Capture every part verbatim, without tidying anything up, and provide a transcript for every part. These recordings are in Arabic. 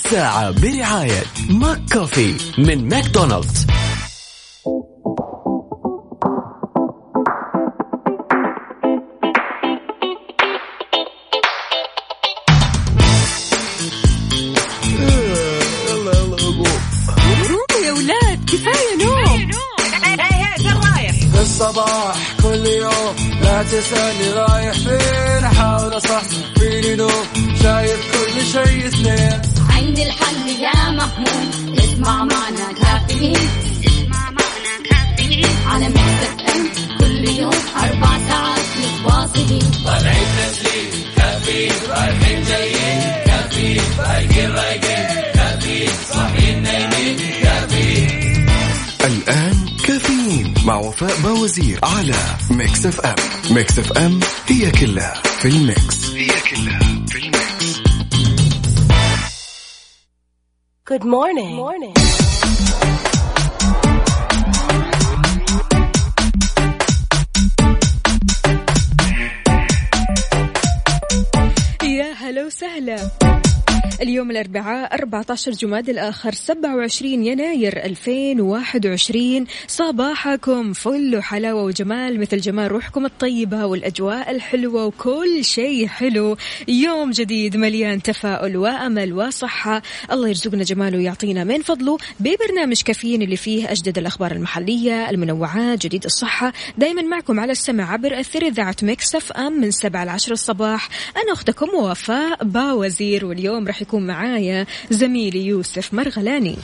الساعة برعاية ماك كوفي من ماكدونالدز. الصباح كل يوم لا تسألني رايح فين، أحاول أصحصح فيني نوم، شايف كل شيء اثنين، عندي الحل يا محمود، اسمع معنا كافيين، اسمع معنا كافيين على ميكس اف ام كل يوم أربع ساعات متواصلين، طالعين تسليم كافيين رايحين جايين كافيين رايقين رايقين كافيين صاحيين نايمين كافيين. الآن كافيين مع وفاء باوزير على ميكس اف ام. ميكس اف ام هي كلها في الميكس، هي كلها في الميكس. Good morning. Good morning. يا هلا وسهلا. اليوم الأربعاء أربعة عشر جماد الآخر سبعة وعشرين يناير ألفين وواحد وعشرين. صباحكم فل وحلاوة وجمال مثل جمال روحكم الطيبة والأجواء الحلوة وكل شيء حلو. يوم جديد مليان تفاؤل وأمل وصحة، الله يرزقنا جماله ويعطينا من فضله ببرنامج كافيين اللي فيه أجدد الأخبار المحلية المنوعات جديد الصحة، دايما معكم على السمع عبر أثير إذاعة ميكس اف ام من سبعة لعشرة الصباح. أنا أختكم وفاء باوزير، واليوم رح يكون معايا زميلي يوسف مرغلاني.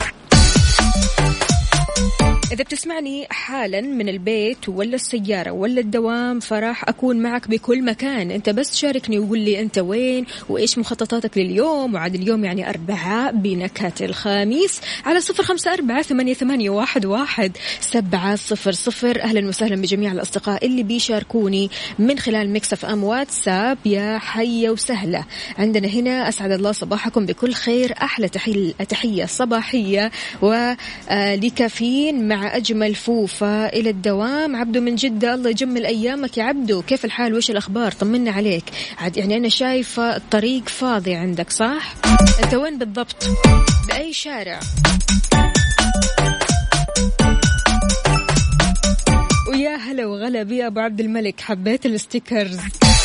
إذا بتسمعني حالا من البيت ولا السيارة ولا الدوام فراح أكون معك بكل مكان، أنت بس شاركني وقول لي أنت وين وإيش مخططاتك لليوم. وعاد اليوم يعني أربعاء بنكهة الخميس على صفر خمسة أربعة ثمانية ثمانية واحد واحد سبعة صفر صفر. أهلا وسهلا بجميع الأصدقاء اللي بيشاركوني من خلال ميكس اف ام واتساب، يا حية وسهلة. عندنا هنا أسعد الله صباحكم بكل خير، أحلى تحية, تحية صباحية ولكافيين مع أجمل فوفة إلى الدوام. عبدو من جدة، الله يجمل أيامك يا عبدو، كيف الحال وإيش الأخبار؟ طمنا عليك. عاد يعني أنا شايفة الطريق فاضي عندك صح؟ أنت وين بالضبط؟ بأي شارع؟ ويا هلا وغلا بي أبو عبد الملك، حبيت الستيكرز.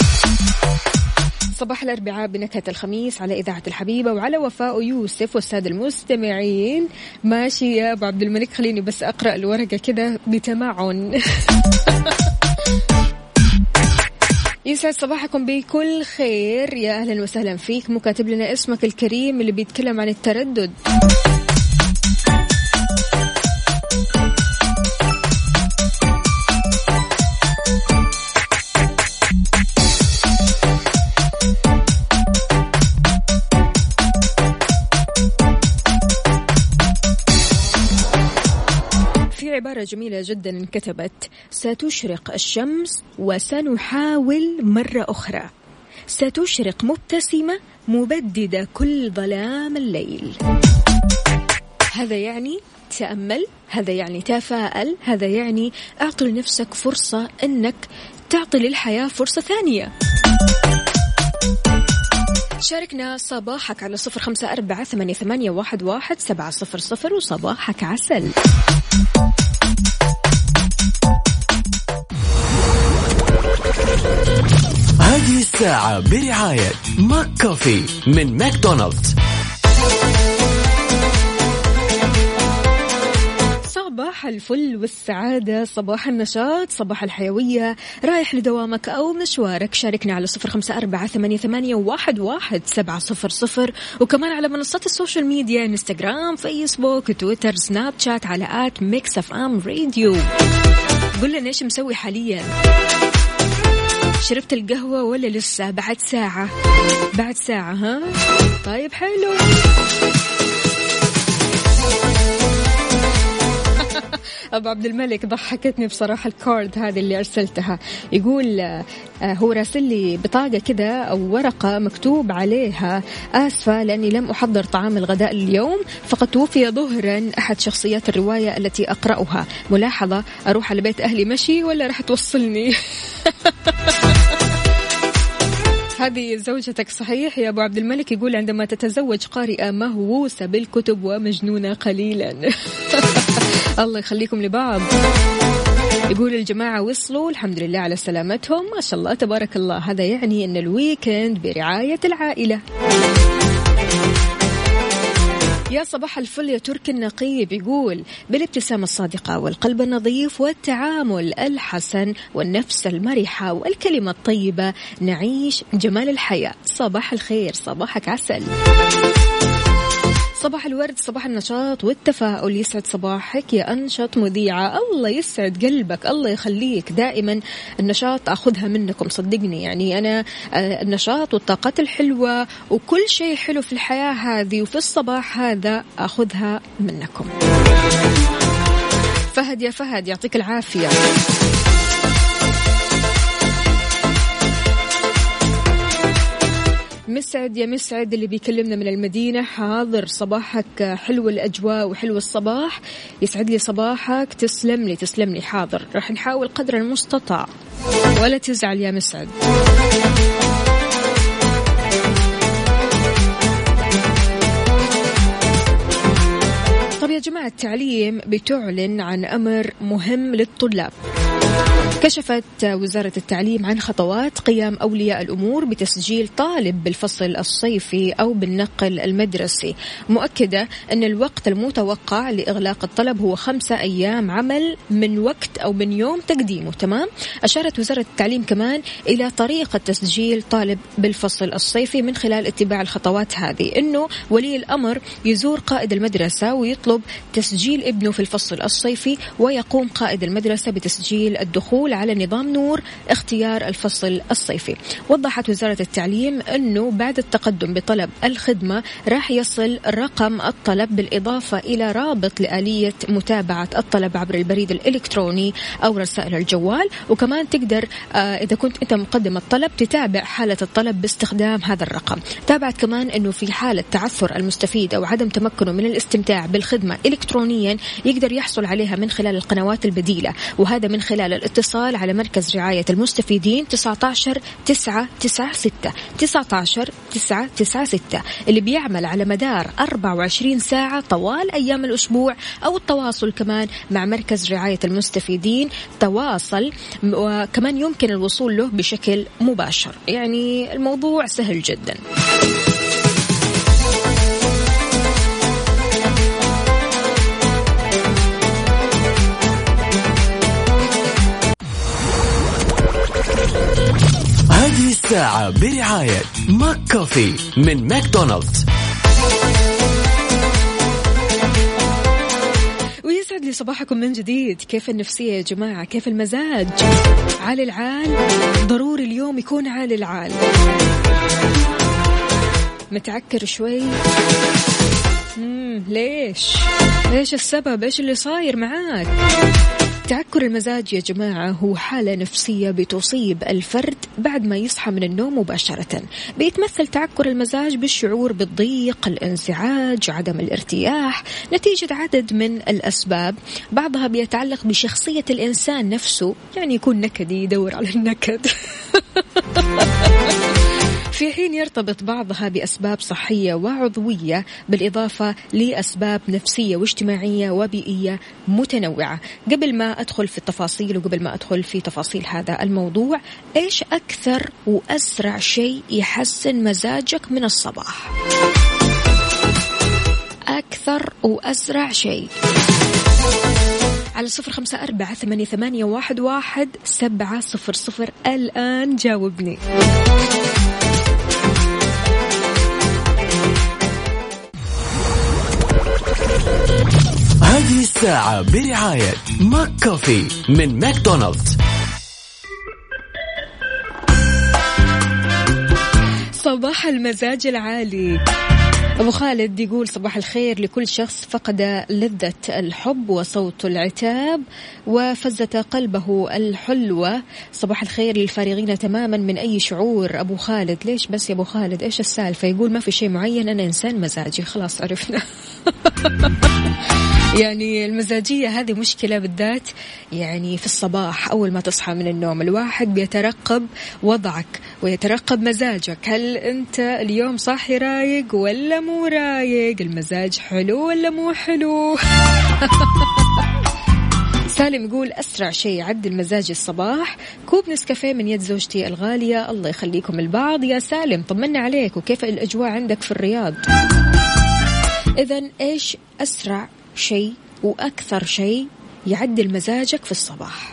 صباح الأربعاء بنكهة الخميس على إذاعة الحبيبة وعلى وفاء يوسف والسادة المستمعين. ماشي يا أبو عبد الملك، خليني بس أقرأ الورقة كده بتمعن. يسعد صباحكم بكل خير، يا أهلا وسهلا فيك. مو كاتب لنا اسمك الكريم اللي بيتكلم عن التردد؟ عبارة جميلة جدا انكتبت: ستشرق الشمس وسنحاول مرة أخرى، ستشرق مبتسمة مبددة كل ظلام الليل. هذا يعني تأمل، هذا يعني تفاءل، هذا يعني أعطي لنفسك فرصة أنك تعطي للحياة فرصة ثانية. شاركنا صباحك على صفر خمسة أربعة ثمانية ثمانية واحد واحد سبعة صفر صفر وصباحك عسل. هذه الساعة برعاية ماك كوفي من ماكدونالدز. صباح الفل والسعادة، صباح النشاط، صباح الحيوية. رايح لدوامك أو مشوارك، شاركنا على صفر خمسة أربعة ثمانية ثمانية واحد واحد سبعة صفر صفر، وكمان على منصات السوشيال ميديا إنستغرام فيسبوك تويتر سناب شات على آت ميكس اف ام راديو. قل لنا إيش مسوي حاليا؟ شربت القهوة ولا لسه؟ بعد ساعة بعد ساعة ها؟ طيب حلو. أبو عبد الملك ضحكتني بصراحة الكارد هذه اللي أرسلتها. يقول هو راسل لي بطاقة كده أو ورقة مكتوب عليها: آسفة لأني لم أحضر طعام الغداء اليوم، فقد توفي ظهرا أحد شخصيات الرواية التي أقرأها. ملاحظة، أروح على بيت أهلي مشي ولا رح توصلني؟ هذه زوجتك صحيح يا أبو عبد الملك. يقول عندما تتزوج قارئة مهووسة بالكتب ومجنونة قليلا. الله يخليكم لبعض. يقول الجماعة وصلوا الحمد لله على سلامتهم ما شاء الله تبارك الله. هذا يعني أن الويكند برعاية العائلة. يا صباح الفل يا ترك النقيب. يقول بالابتسامة الصادقة والقلب النظيف والتعامل الحسن والنفس المرحة والكلمة الطيبة نعيش جمال الحياة. صباح الخير، صباحك عسل، صباح الورد، صباح النشاط والتفاؤل. يسعد صباحك يا أنشط مذيعة. الله يسعد قلبك، الله يخليك. دائما النشاط أخذها منكم صدقني. يعني أنا النشاط والطاقات الحلوة وكل شيء حلو في الحياة هذه وفي الصباح هذا أخذها منكم. فهد يا فهد يعطيك العافية. مسعد يا مسعد اللي بيكلمنا من المدينة. حاضر، صباحك حلو الأجواء وحلو الصباح. يسعد لي صباحك، تسلم لي تسلم لي. حاضر، رح نحاول قدر المستطاع، ولا تزعل يا مسعد. طب يا جماعة التعليم بتعلن عن أمر مهم للطلاب. كشفت وزارة التعليم عن خطوات قيام أولياء الأمور بتسجيل طالب بالفصل الصيفي أو بالنقل المدرسي، مؤكدة أن الوقت المتوقع لإغلاق الطلب هو خمسة أيام عمل من وقت أو من يوم تقديمه. تمام. أشارت وزارة التعليم كمان إلى طريقة تسجيل طالب بالفصل الصيفي من خلال اتباع الخطوات هذه، أنه ولي الأمر يزور قائد المدرسة ويطلب تسجيل ابنه في الفصل الصيفي، ويقوم قائد المدرسة بتسجيل الدخول على نظام نور اختيار الفصل الصيفي. وضحت وزارة التعليم أنه بعد التقدم بطلب الخدمة راح يصل رقم الطلب بالإضافة إلى رابط لآلية متابعة الطلب عبر البريد الإلكتروني أو رسائل الجوال. وكمان تقدر آه إذا كنت أنت مقدم الطلب تتابع حالة الطلب باستخدام هذا الرقم. تابعت كمان أنه في حالة تعثر المستفيد أو عدم تمكنه من الاستمتاع بالخدمة إلكترونيا يقدر يحصل عليها من خلال القنوات البديلة، وهذا من خلال الاتصال على مركز رعاية المستفيدين تسعة عشر تسعة تسعة ستة تسعة عشر تسعة تسعة ستة اللي بيعمل على مدار أربعة وعشرين ساعة طوال أيام الأسبوع، أو التواصل كمان مع مركز رعاية المستفيدين تواصل، وكمان يمكن الوصول له بشكل مباشر. يعني الموضوع سهل جدا. هذه الساعة برعاية ماك كوفي من ماكدونالدز. ويسعد لي صباحكم من جديد. كيف النفسية يا جماعة؟ كيف المزاج؟ عالي العال؟ ضروري اليوم يكون عالي العال. متعكر شوي؟ مم ليش؟ ليش السبب؟ إيش اللي صاير معاك؟ تعكر المزاج يا جماعة هو حالة نفسية بتصيب الفرد بعد ما يصحى من النوم مباشرة. بيتمثل تعكر المزاج بالشعور بالضيق، الانزعاج، عدم الارتياح، نتيجة عدد من الأسباب. بعضها بيتعلق بشخصية الإنسان نفسه، يعني يكون نكدي يدور على النكد في حين يرتبط بعضها بأسباب صحية وعضوية، بالإضافة لأسباب نفسية واجتماعية وبيئية متنوعة. قبل ما أدخل في التفاصيل وقبل ما أدخل في تفاصيل هذا الموضوع، إيش أكثر وأسرع شيء يحسن مزاجك من الصباح؟ أكثر وأسرع شيء على صفر خمسة أربعة ثمانية ثمانية واحد واحد سبعة صفر صفر. الآن جاوبني. هذه الساعة برعاية ماك كوفي من ماكدونالدز. صباح المزاج العالي. أبو خالد يقول صباح الخير لكل شخص فقد لذة الحب وصوت العتاب وفزة قلبه الحلوة. صباح الخير للفارغين تماما من أي شعور. أبو خالد ليش بس يا أبو خالد؟ إيش السالفة؟ يقول ما في شيء معين، أنا إنسان مزاجي. خلاص عرفنا. يعني المزاجية هذه مشكلة بالذات يعني في الصباح أول ما تصحى من النوم. الواحد بيترقب وضعك ويترقب مزاجك. هل أنت اليوم صاحي رايق ولا مو رايق؟ المزاج حلو ولا مو حلو؟ سالم يقول أسرع شيء يعدل مزاجي الصباح كوب نسكافيه من يد زوجتي الغالية. الله يخليكم البعض يا سالم، طمنا عليك وكيف الأجواء عندك في الرياض. إذن إيش أسرع شيء وأكثر شيء يعدل مزاجك في الصباح؟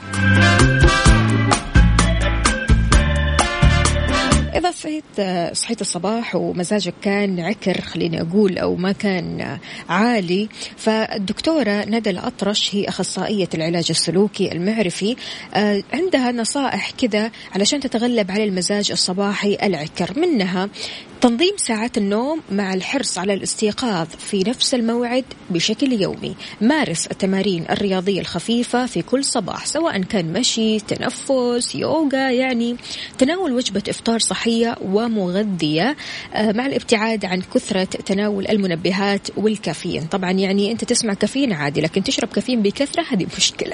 إذا صحيت صحيت الصباح ومزاجك كان عكر خليني أقول أو ما كان عالي، فالدكتورة ندى الأطرش هي أخصائية العلاج السلوكي المعرفي عندها نصائح كذا علشان تتغلب على المزاج الصباحي العكر. منها تنظيم ساعات النوم مع الحرص على الاستيقاظ في نفس الموعد بشكل يومي. مارس التمارين الرياضية الخفيفة في كل صباح سواء كان مشي، تنفس، يوغا، يعني تناول وجبة إفطار صحية ومغذية مع الابتعاد عن كثرة تناول المنبهات والكافيين. طبعا يعني أنت تسمع كافيين عادي، لكن تشرب كافيين بكثرة هذه مشكلة.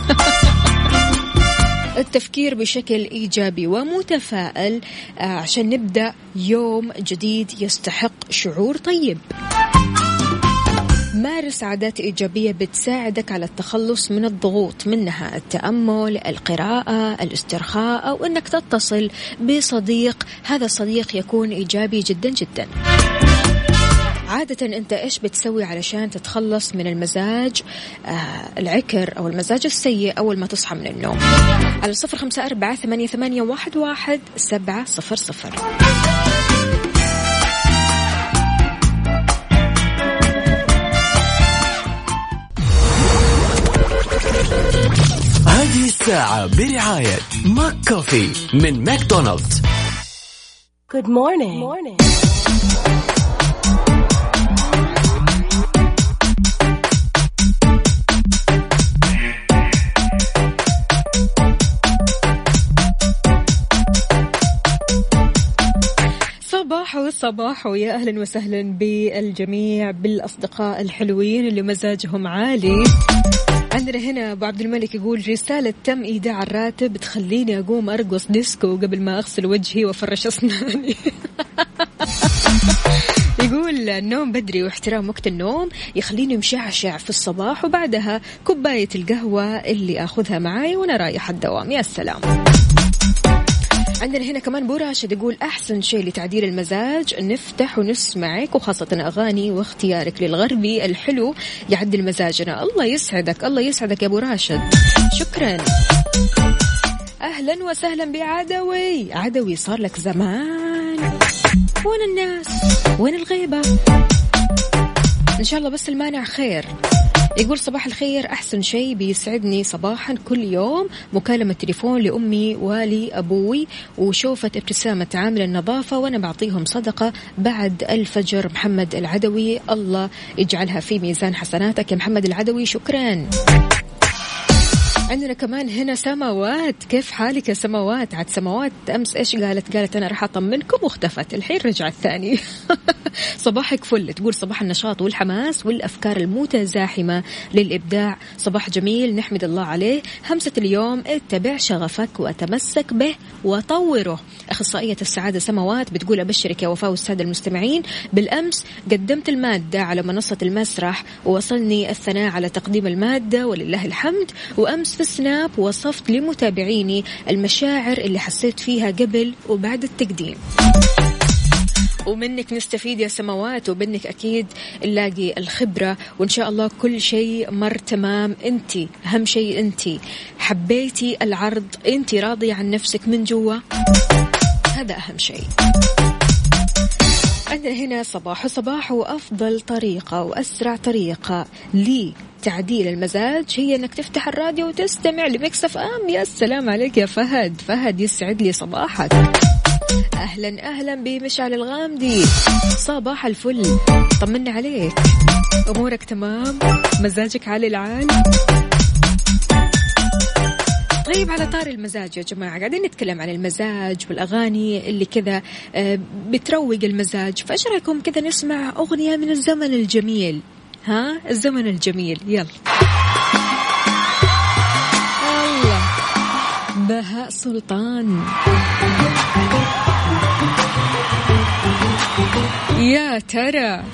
التفكير بشكل إيجابي ومتفائل عشان نبدأ يوم جديد يستحق شعور طيب. مارس عادات إيجابية بتساعدك على التخلص من الضغوط، منها التأمل، القراءة، الاسترخاء، أو أنك تتصل بصديق. هذا الصديق يكون إيجابي جدا جدا. عادة أنت إيش بتسوي علشان تتخلص من المزاج آه العكر أو المزاج السيء أول ما تصحى من النوم؟ على صفر خمسة أربعة ثمانية ثمانية واحد واحد سبعة صفر صفر. هذه الساعة برعاية ماك كوفي من ماكدونالدز. Good morning. Good morning. صباحو صباحو، يا أهلا وسهلا بالجميع، بالأصدقاء الحلوين اللي مزاجهم عالي. عندنا هنا أبو عبد الملك يقول رسالة تم إيداع الراتب تخليني أقوم أرقص ديسكو قبل ما أغسل وجهي وأفرش أسناني. يقول النوم بدري واحترام وقت النوم يخليني مشعشع في الصباح، وبعدها كوباية القهوة اللي أخذها معي وأنا رايح الدوام. يا سلام. عندنا هنا كمان بو راشد يقول أحسن شيء لتعديل المزاج نفتح ونسمعك، وخاصة أغاني واختيارك للغربي الحلو يعدل مزاجنا. الله يسعدك، الله يسعدك يا بو راشد، شكرا. أهلا وسهلا بعدوي. عدوي صار لك زمان، وين الناس؟ وين الغيبة؟ إن شاء الله بس المانع خير. يقول صباح الخير، أحسن شيء بيسعدني صباحا كل يوم مكالمة تليفون لأمي ولأبوي وشوفة ابتسامة عامل النظافة وأنا بعطيهم صدقة بعد الفجر. محمد العدوي، الله يجعلها في ميزان حسناتك يا محمد العدوي، شكرا. عندنا كمان هنا سماوات، كيف حالك يا سماوات؟ عاد سماوات أمس إيش قالت؟ قالت أنا راح أطمنكم واختفت، الحين رجعت ثاني. صباحك فل، تقول صباح النشاط والحماس والأفكار المتزاحمة للإبداع، صباح جميل نحمد الله عليه. همسة اليوم اتبع شغفك وتمسك به وطوره. أخصائية السعادة سماوات بتقول أبشرك يا وفاء والسادة المستمعين، بالأمس قدمت المادة على منصة المسرح ووصلني الثناء على تقديم المادة ولله الحمد، وأمس في السناب وصفت لمتابعيني المشاعر اللي حسيت فيها قبل وبعد التقديم. ومنك نستفيد يا سماوات، ومنك أكيد نلاقي الخبرة، وإن شاء الله كل شيء مر تمام. أنتي أهم شيء، أنتي حبيتي العرض، أنتي راضية عن نفسك من جوا، هذا أهم شيء. عندنا هنا صباح صباح، وأفضل طريقة وأسرع طريقة لتعديل المزاج هي أنك تفتح الراديو وتستمع لميكس اف ام. يا السلام عليك يا فهد. فهد يسعد لي صباحك، أهلا أهلا بمشعل الغامدي، صباح الفل، طمنا عليك، أمورك تمام؟ مزاجك عالي العال؟ طيب على طار المزاج يا جماعة، قاعدين نتكلم عن المزاج والأغاني اللي كذا بتروق المزاج، فإيش رأيكم كذا نسمع أغنية من الزمن الجميل؟ ها الزمن الجميل، يلا. الله، بهاء بهاء سلطان. يا ترى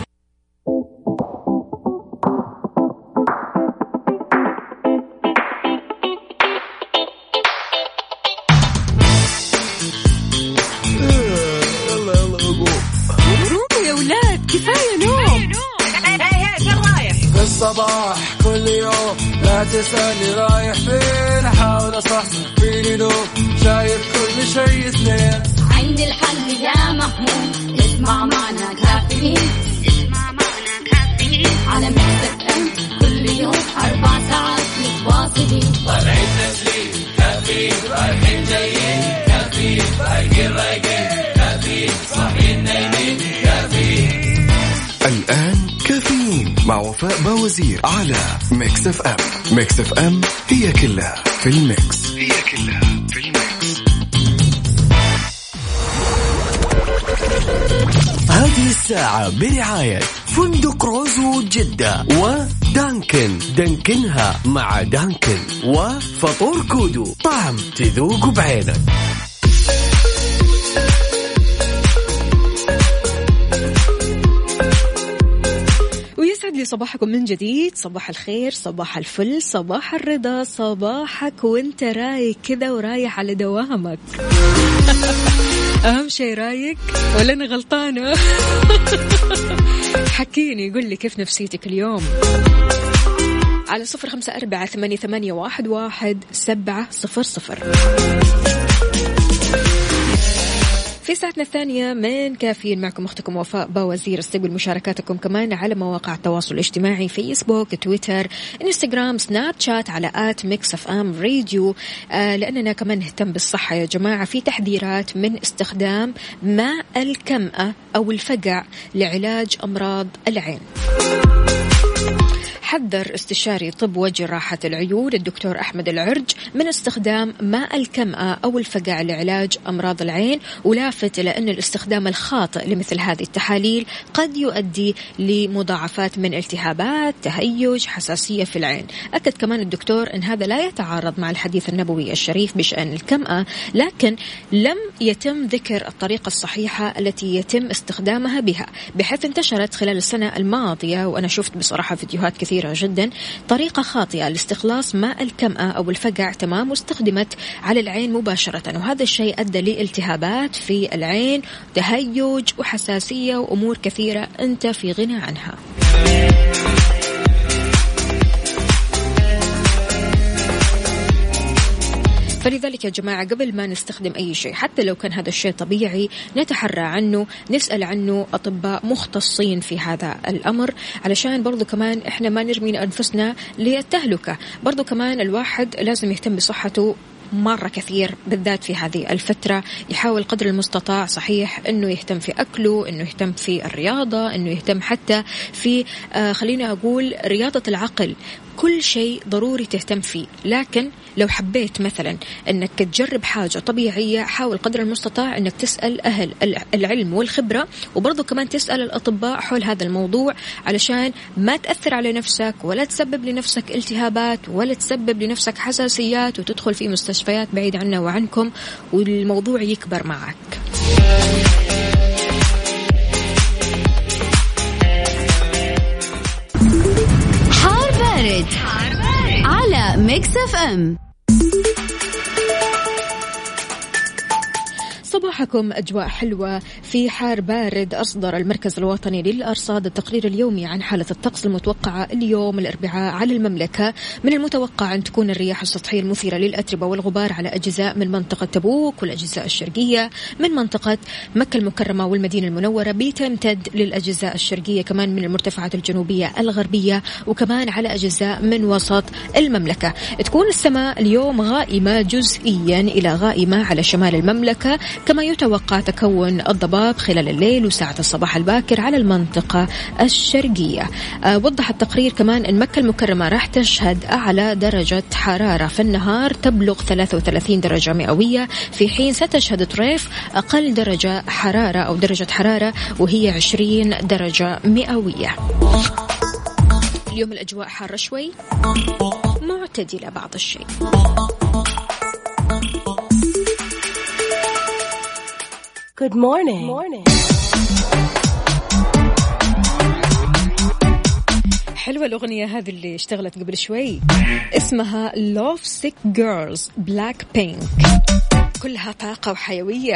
الصباح كل يوم لا تسألني رايح فين، أحاول أصحصح فيني لو شايف كل شيء سنين. عندي الحل يا محمود، اسمع معنا كافيين، اسمع معنا كافيين على ميكس اف ام كل يوم أربع ساعات متواصلين. طالعين تسليم كافيين، رايحين جايين كافيين، رايقين رايقين كافيين، صاحيين نايمين كافيين. الآن كافيين مع وفاء باوزير على ميكس اف ام. ميكس اف ام هي كلها في الميكس، هي كلها في الميكس. هذه الساعة برعاية فندق روزو جدة ودانكن، دانكنها مع دانكن، وفطور كودو، طعم تذوق بعينك. يسعد لي صباحكم من جديد، صباح الخير، صباح الفل، صباح الرضا، صباحك وانت رايق كذا ورايح على دوامك. أهم شيء رايق ولا أنا غلطانة؟ حكيني، قل لي كيف نفسيتك اليوم على صفر خمسة أربعة ثمانية ثمانية واحد واحد سبعة صفر صفر. في ساعتنا الثانية من كافيين معكم أختكم وفاء باوزير. استقبل مشاركاتكم كمان على مواقع التواصل الاجتماعي، فيسبوك، تويتر، انستغرام، سناب شات على آت ميكس اف ام راديو. آه لأننا كمان نهتم بالصحة يا جماعة. في تحذيرات من استخدام ماء الكمأة أو الفقع لعلاج أمراض العين. حذر استشاري طب وجراحة العيون الدكتور أحمد العرج من استخدام ماء الكمأة أو الفقع لعلاج أمراض العين، ولافت إلى أن الاستخدام الخاطئ لمثل هذه التحاليل قد يؤدي لمضاعفات من التهابات، تهيج، حساسية في العين. أكد كمان الدكتور أن هذا لا يتعارض مع الحديث النبوي الشريف بشأن الكمأة، لكن لم يتم ذكر الطريقة الصحيحة التي يتم استخدامها بها، بحيث انتشرت خلال السنة الماضية، وأنا شفت بصراحة فيديوهات كثيرة جدا، طريقة خاطئة لاستخلاص ماء الكمأة أو الفقع تمام، واستخدمت على العين مباشرة، وهذا الشيء أدى لالتهابات في العين، تهيج وحساسية وأمور كثيرة أنت في غنى عنها. فلذلك يا جماعة قبل ما نستخدم أي شيء، حتى لو كان هذا الشيء طبيعي، نتحرى عنه، نسأل عنه أطباء مختصين في هذا الأمر، علشان برضو كمان إحنا ما نرمي أنفسنا للتهلكة. برضو كمان الواحد لازم يهتم بصحته مرة كثير، بالذات في هذه الفترة. يحاول قدر المستطاع صحيح أنه يهتم في أكله، أنه يهتم في الرياضة، أنه يهتم حتى في آه خلينا أقول رياضة العقل. كل شيء ضروري تهتم فيه، لكن لو حبيت مثلا أنك تجرب حاجة طبيعية، حاول قدر المستطاع أنك تسأل أهل العلم والخبرة، وبرضو كمان تسأل الأطباء حول هذا الموضوع، علشان ما تأثر على نفسك ولا تسبب لنفسك التهابات ولا تسبب لنفسك حساسيات وتدخل في مستشفيات بعيد عنا وعنكم والموضوع يكبر معك. حار بارد على ميكس اف ام. صباحكم أجواء حلوة في حار بارد. أصدر المركز الوطني للأرصاد التقرير اليومي عن حالة الطقس المتوقعة اليوم الأربعاء على المملكة. من المتوقع أن تكون الرياح السطحية المثيرة للأتربة والغبار على أجزاء من منطقة تبوك والأجزاء الشرقية من منطقة مكة المكرمة والمدينة المنورة، بتمتد للأجزاء الشرقية كمان من المرتفعات الجنوبية الغربية، وكمان على أجزاء من وسط المملكة. تكون السماء اليوم غائمة جزئيا إلى غائمة على شمال المملكة، كما يتوقع تكون الضباب خلال الليل وساعة الصباح الباكر على المنطقة الشرقية. أه وضح التقرير كمان أن مكة المكرمة راح تشهد أعلى درجة حرارة في النهار تبلغ ثلاثة وثلاثين درجة مئوية، في حين ستشهد طريف أقل درجة حرارة أو درجة حرارة وهي عشرين درجة مئوية. اليوم الأجواء حارة شوي، معتدلة بعض الشيء. Good morning. Good morning. حلوة الأغنية هذه اللي اشتغلت قبل شوي، اسمها Love Sick Girls Blackpink، كلها طاقة وحيوية.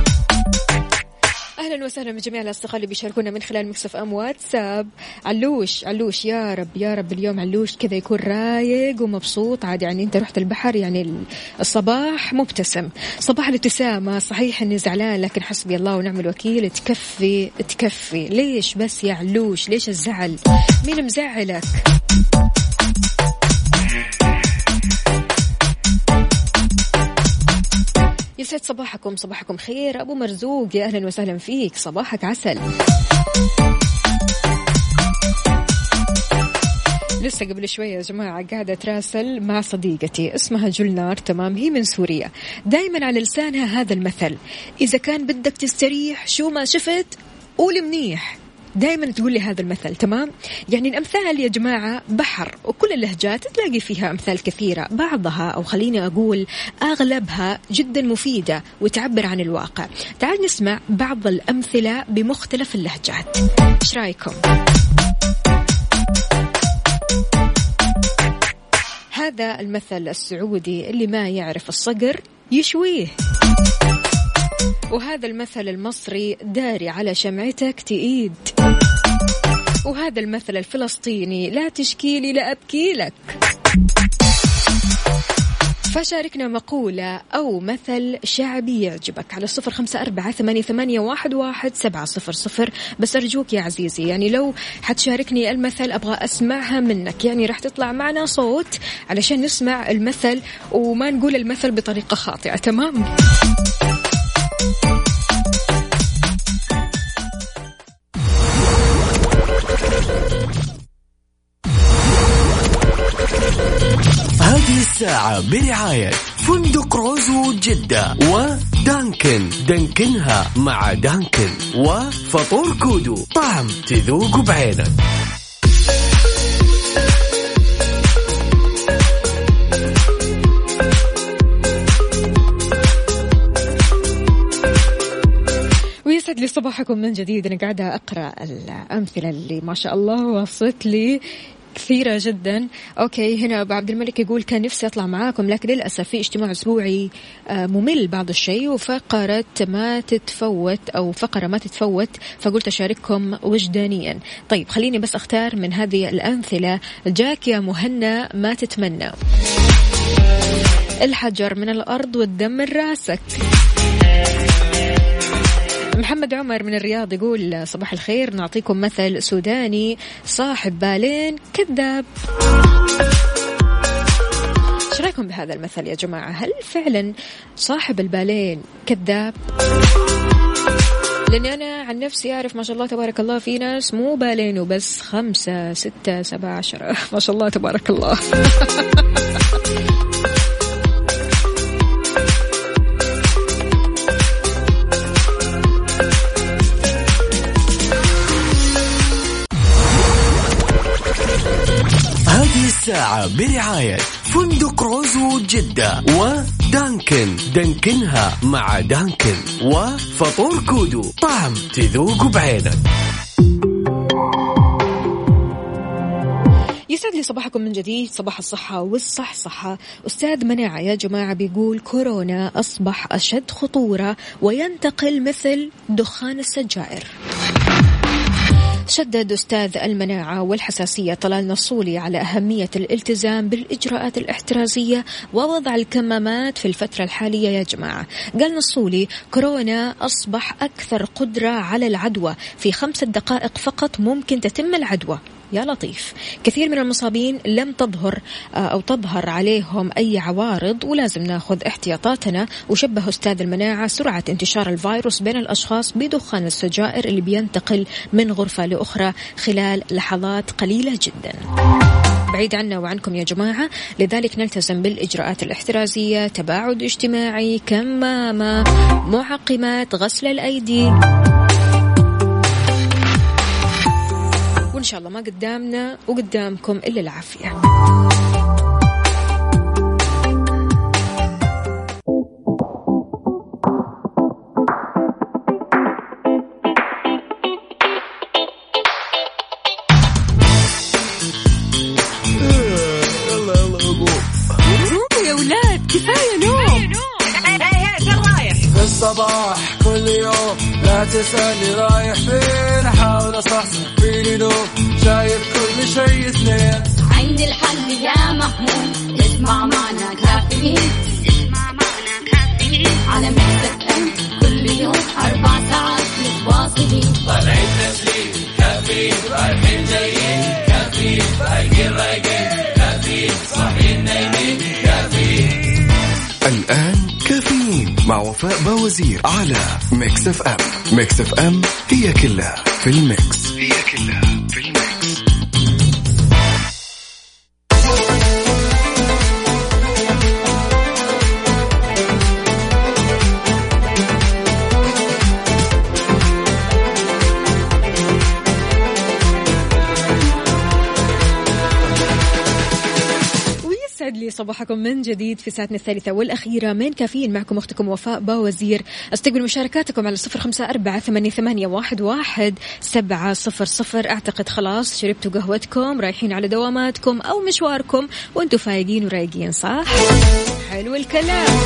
أهلا وسهلا من جميع الأصدقاء اللي بيشاركونا من خلال ميكس اف ام واتساب. علوش علوش يا رب يا رب اليوم علوش كذا يكون رايق ومبسوط عادي، يعني أنت رحت البحر يعني الصباح مبتسم، صباح الابتسامة. صحيح إني زعلان لكن حسبي الله ونعم الوكيل، تكفي تكفي. ليش بس يا علوش؟ ليش الزعل؟ مين مزعلك؟ يسعد صباحكم، صباحكم خير. أبو مرزوق يا أهلا وسهلا فيك، صباحك عسل. لسه قبل شوية يا جماعة قاعدة تراسل مع صديقتي اسمها جولنار، تمام، هي من سوريا. دايما على لسانها هذا المثل، إذا كان بدك تستريح شو ما شفت قول منيح. دايما تقول لي هذا المثل، تمام. يعني الأمثال يا جماعة بحر، وكل اللهجات تلاقي فيها أمثال كثيرة، بعضها أو خليني أقول أغلبها جدا مفيدة وتعبر عن الواقع. تعال نسمع بعض الأمثلة بمختلف اللهجات، إيش رأيكم؟ هذا المثل السعودي، اللي ما يعرف الصقر يشويه. وهذا المثل المصري، داري على شمعتك تئيد. وهذا المثل الفلسطيني، لا تشكيلي لا أبكي لك. فشاركنا مقولة أو مثل شعبي يعجبك على صفر خمسة أربعة ثمانية ثمانية واحد واحد سبعة صفر صفر. بس أرجوك يا عزيزي، يعني لو حتشاركني المثل أبغى أسمعها منك، يعني راح تطلع معنا صوت علشان نسمع المثل وما نقول المثل بطريقة خاطئة، تمام؟ هذه الساعة برعاية فندق روزو جدة ودانكن، دانكنها مع دانكن، وفطور كودو، طعم تذوق بعينك. ويسعد لي صباحكم من جديد. أنا قاعدة أقرأ الأمثلة اللي ما شاء الله وصلت لي كثيرة جدا. أوكي، هنا أبو عبد الملك يقول كان نفسي أطلع معاكم لكن للأسف في اجتماع أسبوعي ممل بعض الشيء، وفقرة ما تتفوت أو فقرة ما تتفوت، فقلت أشارككم وجدانيا. طيب خليني بس أختار من هذه الأمثلة. جاك يا مهنا ما تتمنى، الحجر من الأرض والدم من راسك. محمد عمر من الرياض يقول صباح الخير، نعطيكم مثل سوداني، صاحب بالين كذاب. ايش رايكم بهذا المثل يا جماعة؟ هل فعلا صاحب البالين كذاب؟ لأني أنا عن نفسي أعرف ما شاء الله تبارك الله في ناس مو بالين وبس، خمسة ستة سبعة عشرة ما شاء الله تبارك الله. هذه الساعة برعاية فندق روزو جدة ودانكن، دانكنها مع دانكن، وفطور كودو، طعم تذوق بعينك. يسعد لي صباحكم من جديد، صباح الصحة والصحصحة. أستاذ مناعة يا جماعة بيقول كورونا أصبح أشد خطورة وينتقل مثل دخان السجائر. شدد أستاذ المناعة والحساسية طلال نصولي على أهمية الالتزام بالإجراءات الاحترازية ووضع الكمامات في الفترة الحالية يا جماعة. قال نصولي كورونا أصبح أكثر قدرة على العدوى، في خمسة دقائق فقط ممكن تتم العدوى. يا لطيف، كثير من المصابين لم تظهر أو تظهر عليهم أي عوارض ولازم ناخذ احتياطاتنا. وشبه أستاذ المناعة سرعة انتشار الفيروس بين الأشخاص بدخان السجائر اللي بينتقل من غرفة لأخرى خلال لحظات قليلة جدا. بعيد عنا وعنكم يا جماعة، لذلك نلتزم بالإجراءات الاحترازية، تباعد اجتماعي، كمامة، معقمات، غسل الأيدي، وإن شاء الله ما قدامنا وقدامكم إلا العافية. صباح كل يوم لا تسألني رايح فين أحاول أصحصح فيني نوم شايف كل شيء اثنين عندي الحل يا محمود اسمع معنا كافيين اسمع معنا كافيين على ميكس اف ام كل يوم أربع ساعات متواصلين طالعين تسليم كافيين رايحين جايين كافيين فايقين رايقين كافيين صاحيين نايمين كافيين. الآن كافيين مع وفاء باوزير على ميكس اف ام. ميكس اف ام هي كلها في الميكس. هي كلها في الميكس. لي صباحكم من جديد في ساعتنا الثالثة والأخيرة من كافيين. معكم أختكم وفاء باوزير. استقبل مشاركاتكم على صفر خمسة أربعة ثمانية ثمانية واحد واحد سبعة صفر صفر. أعتقد خلاص شربتوا قهوتكم رايحين على دواماتكم أو مشواركم وأنتوا فايقين ورايقين صح؟ حلو الكلام.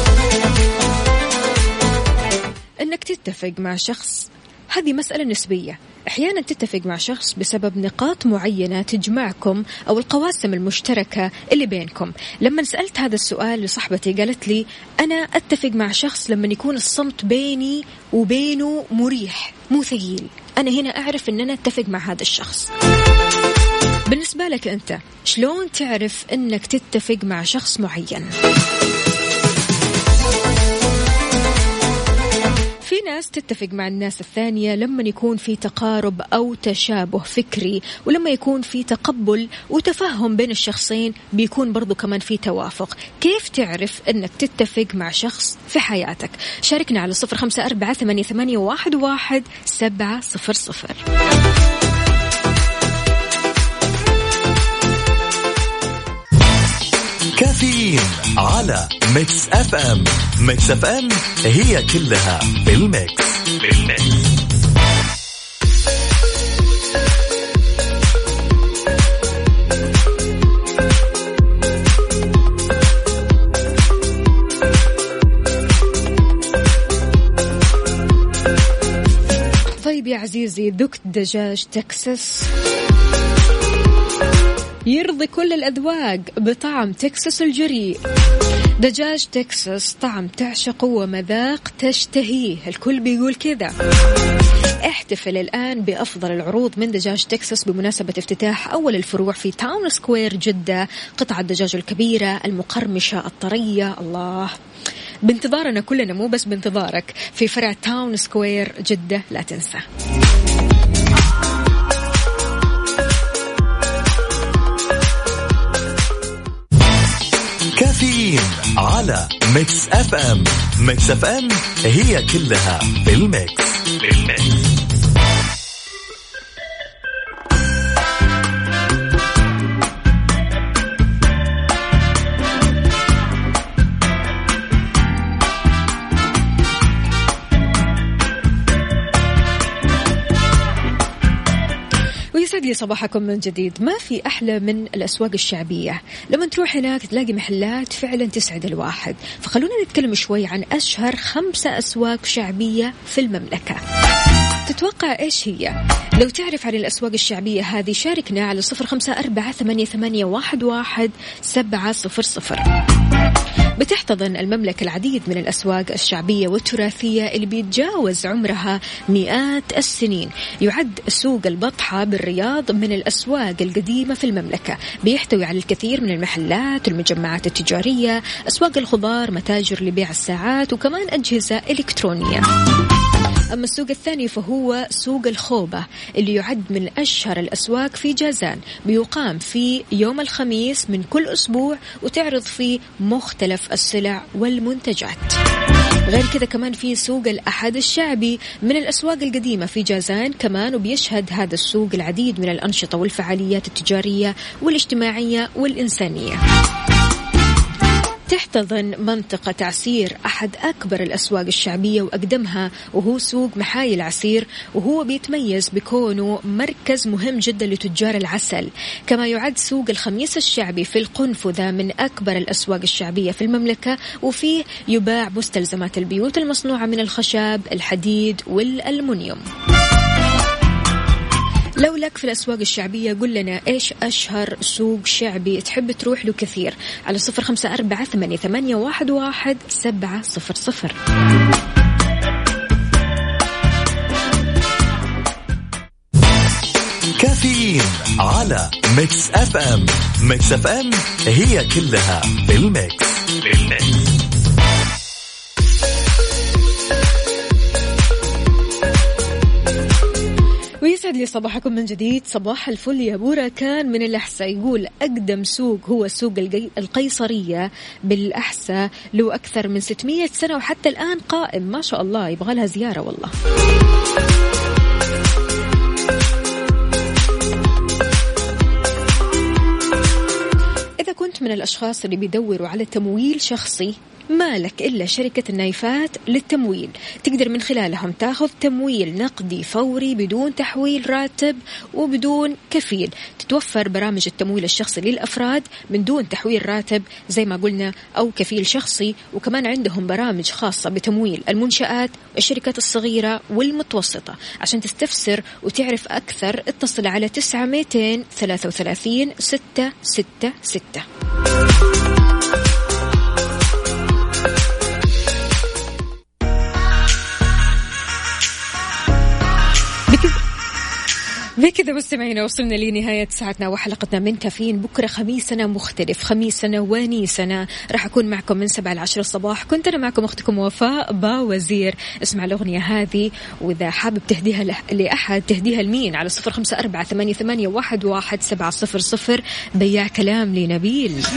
إنك تتفق مع شخص هذه مسألة نسبية. أحيانا تتفق مع شخص بسبب نقاط معينة تجمعكم أو القواسم المشتركة اللي بينكم. لما سألت هذا السؤال لصاحبتي قالت لي أنا أتفق مع شخص لما يكون الصمت بيني وبينه مريح مو ثقيل. أنا هنا أعرف أن أنا أتفق مع هذا الشخص. بالنسبة لك أنت شلون تعرف أنك تتفق مع شخص معين؟ في ناس تتفق مع الناس الثانية لما يكون في تقارب أو تشابه فكري، ولما يكون في تقبل وتفهم بين الشخصين بيكون برضو كمان في توافق. كيف تعرف أنك تتفق مع شخص في حياتك؟ شاركنا على صفر خمسة أربعة ثمانية ثمانية واحد واحد سبعة صفر صفر. كافيين على ميكس اف ام. ميكس اف ام هي كلها بالميكس. بالميكس. طيب يا عزيزي، ذقت دجاج تكساس؟ يرضي كل الأذواق بطعم تكساس الجريء. دجاج تكساس طعم تعشقه ومذاق تشتهيه، الكل بيقول كذا. احتفل الآن بأفضل العروض من دجاج تكساس بمناسبة افتتاح أول الفروع في تاون سكوير جدة. قطع الدجاج الكبيرة المقرمشة الطرية، الله بانتظارنا كلنا مو بس بانتظارك في فرع تاون سكوير جدة، لا تنسى. كافيين على ميكس اف ام. ميكس اف ام هي كلها بالميكس. بالميكس. يسعد لي صباحكم من جديد. ما في أحلى من الأسواق الشعبية، لما تروح هناك تلاقي محلات فعلا تسعد الواحد. فخلونا نتكلم شوي عن أشهر خمسة أسواق شعبية في المملكة. تتوقع إيش هي؟ لو تعرف عن الأسواق الشعبية هذه شاركنا على صفر خمسة أربعة ثمانية ثمانية واحد واحد سبعة صفر صفر. بتحتضن المملكة العديد من الأسواق الشعبية والتراثية اللي بيتجاوز عمرها مئات السنين. يعد سوق البطحة بالرياض من الأسواق القديمة في المملكة، بيحتوي على الكثير من المحلات والمجمعات التجارية، أسواق الخضار، متاجر لبيع الساعات، وكمان أجهزة إلكترونية. أما السوق الثاني فهو سوق الخوبة اللي يعد من أشهر الأسواق في جازان، بيقام في يوم الخميس من كل أسبوع وتعرض فيه مختلف السلع والمنتجات. غير كذا كمان في سوق الأحد الشعبي من الأسواق القديمة في جازان كمان، وبيشهد هذا السوق العديد من الأنشطة والفعاليات التجارية والاجتماعية والإنسانية. تحتضن منطقة عسير أحد أكبر الأسواق الشعبية وأقدمها، وهو سوق محاي العسير، وهو بيتميز بكونه مركز مهم جدا لتجار العسل. كما يعد سوق الخميس الشعبي في القنفذة من أكبر الأسواق الشعبية في المملكة، وفيه يباع مستلزمات البيوت المصنوعة من الخشب، الحديد والألمنيوم. لو لك في الأسواق الشعبية قل لنا إيش أشهر سوق شعبي تحب تروح له كثير على صفر خمسة أربعة ثمانية ثمانية واحد واحد سبعة صفر صفر. كافيين على ميكس اف ام. ميكس اف ام هي كلها بالميكس. بالميكس. ويسعد لي صباحكم من جديد. صباح الفل يا بورا. كان من الأحساء يقول أقدم سوق هو سوق القيصرية بالأحساء، له أكثر من ستمية سنة وحتى الآن قائم، ما شاء الله، يبغى لها زيارة والله. إذا كنت من الأشخاص اللي بيدوروا على تمويل شخصي، مالك إلا شركة النايفات للتمويل. تقدر من خلالهم تاخذ تمويل نقدي فوري بدون تحويل راتب وبدون كفيل. تتوفر برامج التمويل الشخصي للأفراد من دون تحويل راتب زي ما قلنا أو كفيل شخصي، وكمان عندهم برامج خاصة بتمويل المنشآت والشركات الصغيرة والمتوسطة. عشان تستفسر وتعرف أكثر اتصل على تسعة مئتين ثلاثة وثلاثين ستة ستة ستة. بكذا مستمعينا وصلنا لنهاية ساعتنا وحلقتنا من كافيين. بكرة خميسنا مختلف، خميسنا ونيسنا، راح أكون معكم من سبعة لعشرة الصباح. كنت أنا معكم أختكم وفاء باوزير. اسمع الأغنية هذه، وإذا حابب تهديها لأحد تهديها لمين على صفر خمسة أربعة ثمانية ثمانية واحد واحد سبعة صفر صفر. بياع كلام لنبيل.